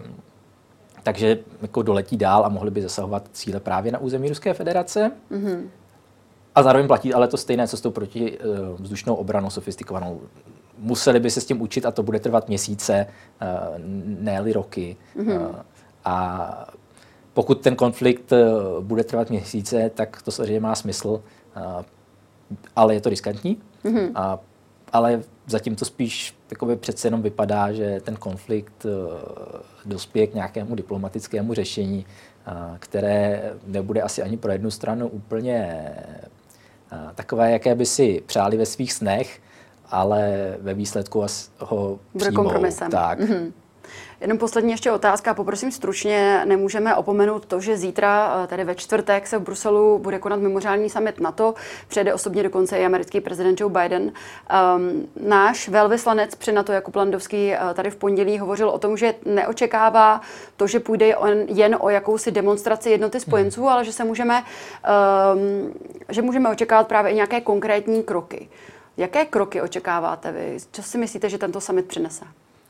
takže jako doletí dál a mohli by zasahovat cíle právě na území Ruské federace. Mm-hmm. A zároveň platí ale to stejné, co s tou protivzdušnou obranou sofistikovanou. Museli by se s tím učit a to bude trvat měsíce, ne-li roky. Mm-hmm. A pokud ten konflikt bude trvat měsíce, tak to samozřejmě má smysl, ale je to riskantní. Mm-hmm. A ale zatím to spíš jakoby přece jenom vypadá, že ten konflikt uh, dospěje k nějakému diplomatickému řešení, uh, které nebude asi ani pro jednu stranu úplně uh, takové, jaké by si přáli ve svých snech, ale ve výsledku ho bude přijmou. Kompromisem. Tak. Mm-hmm. Jenom poslední ještě otázka, poprosím stručně, nemůžeme opomenout to, že zítra, tedy ve čtvrtek, se v Bruselu bude konat mimořádný summit NATO, přijede osobně dokonce i americký prezident Joe Biden. Um, náš velvyslanec při NATO Jakub Landovský tady v pondělí hovořil o tom, že neočekává to, že půjde jen o jakousi demonstraci jednoty spojenců, hmm. ale že se můžeme, um, že můžeme očekávat právě i nějaké konkrétní kroky. Jaké kroky očekáváte vy? Co si myslíte, že tento summit přinese?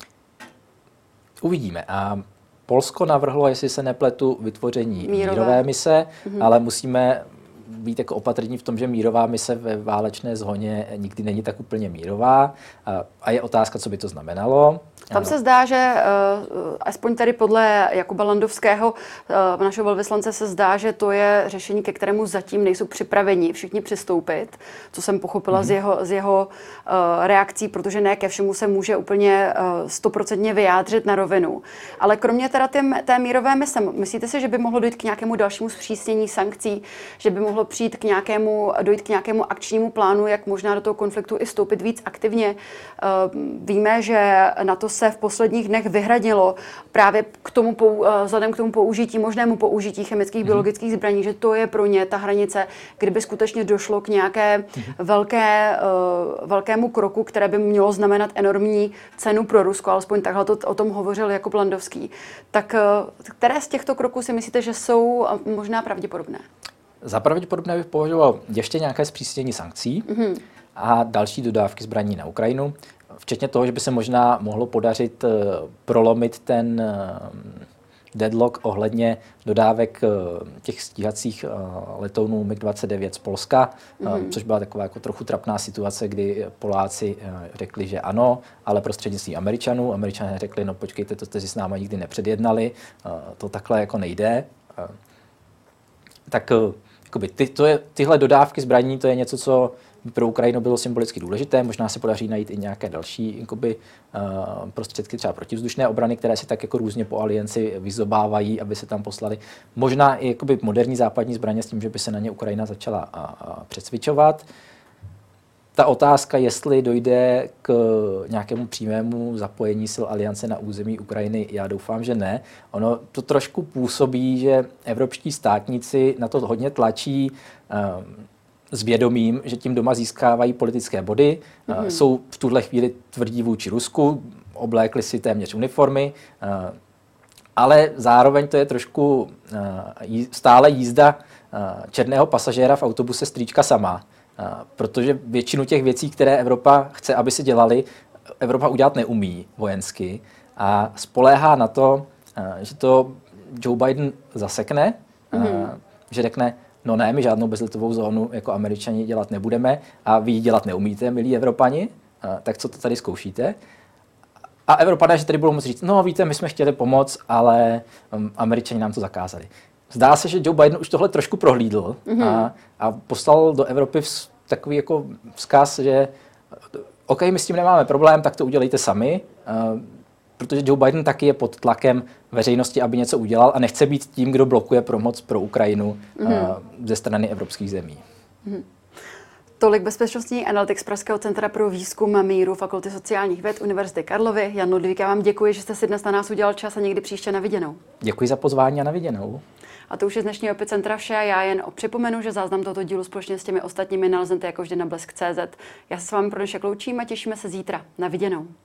Uvidíme. A Polsko navrhlo, jestli se nepletu, vytvoření mírové, mírové mise, mm-hmm. ale musíme být jako opatrní v tom, že mírová mise ve válečné zóně nikdy není tak úplně mírová. A je otázka, co by to znamenalo. Tam se zdá, že uh, aspoň tady podle Jakuba Landovského, uh, našeho velvyslance, se zdá, že to je řešení, ke kterému zatím nejsou připraveni všichni přistoupit, co jsem pochopila mm-hmm. z jeho, z jeho uh, reakcí, protože ne ke všemu se může úplně stoprocentně uh, vyjádřit na rovinu. Ale kromě teda tě, té mírové mise, myslíte si, že by mohlo dojít k nějakému dalšímu zpřísnění sankcí, že by mohlo přijít k nějakému, dojít k nějakému akčnímu plánu, jak možná do toho konfliktu i vstoupit víc aktivně? Uh, víme, že na to se v posledních dnech vyhradilo právě k tomu, vzhledem k tomu použití, možnému použití chemických, biologických zbraní, že to je pro ně ta hranice, kdyby skutečně došlo k nějaké velké, velkému kroku, které by mělo znamenat enormní cenu pro Rusko, alespoň takhle to, o tom hovořil Jakub Landovský. Tak které z těchto kroků si myslíte, že jsou možná pravděpodobné? Za pravděpodobné bych považoval ještě nějaké zpřísnění sankcí mm-hmm. a další dodávky zbraní na Ukrajinu. Včetně toho, že by se možná mohlo podařit uh, prolomit ten uh, deadlock ohledně dodávek uh, těch stíhacích uh, letounů mig dvacet devět z Polska, mm-hmm. uh, což byla taková jako trochu trapná situace, kdy Poláci uh, řekli, že ano, ale prostřednictvím Američanů. Američané řekli, no počkejte, to jste si s náma nikdy nepředjednali, uh, to takhle jako nejde. Uh, tak uh, jakoby ty, to je, tyhle dodávky zbraní, to je něco, co pro Ukrajinu bylo symbolicky důležité. Možná se podaří najít i nějaké další jakoby, uh, prostředky třeba protivzdušné obrany, které se tak jako různě po alianci vyzobávají, aby se tam poslali. Možná i jakoby moderní západní zbraně s tím, že by se na ně Ukrajina začala uh, uh, přecvičovat. Ta otázka, jestli dojde k nějakému přímému zapojení sil aliance na území Ukrajiny, já doufám, že ne. Ono to trošku působí, že evropští státníci na to hodně tlačí uh, s vědomím, že tím doma získávají politické body, mm-hmm. jsou v tuhle chvíli tvrdí vůči Rusku, oblékli si téměř uniformy, ale zároveň to je trošku stále jízda černého pasažéra v autobuse strýčka sama, protože většinu těch věcí, které Evropa chce, aby si dělali, Evropa udělat neumí vojensky a spoléhá na to, že to Joe Biden zasekne, mm-hmm. že řekne, no ne, my žádnou bezletovou zónu jako Američani dělat nebudeme a vy ji dělat neumíte, milí Evropani, tak co to tady zkoušíte? A Evropané, že tady budou moct říct, no víte, my jsme chtěli pomoct, ale um, Američani nám to zakázali. Zdá se, že Joe Biden už tohle trošku prohlídl mm-hmm. a, a poslal do Evropy vz, takový jako vzkaz, že OK, my s tím nemáme problém, tak to udělejte sami, uh, protože Joe Biden taky je pod tlakem veřejnosti, aby něco udělal a nechce být tím, kdo blokuje pomoc pro Ukrajinu mm-hmm. uh, ze strany evropských zemí. Mm-hmm. Tolik bezpečnostní analytik z Pražského centra pro výzkum míru Fakulty sociálních věd Univerzity Karlovy. Jan Ludvík, já vám děkuji, že jste si dnes na nás udělal čas a někdy příště na viděnou. Děkuji za pozvání a na viděnou. A to už je z dnešního Epicentra vše. Já jen připomenu, že záznam tohoto dílu společně s těmi ostatními naleznete jako vždy na blesk tečka cé zet. Já se s vámi pro dnešek loučím a těšíme se zítra. Na viděnou.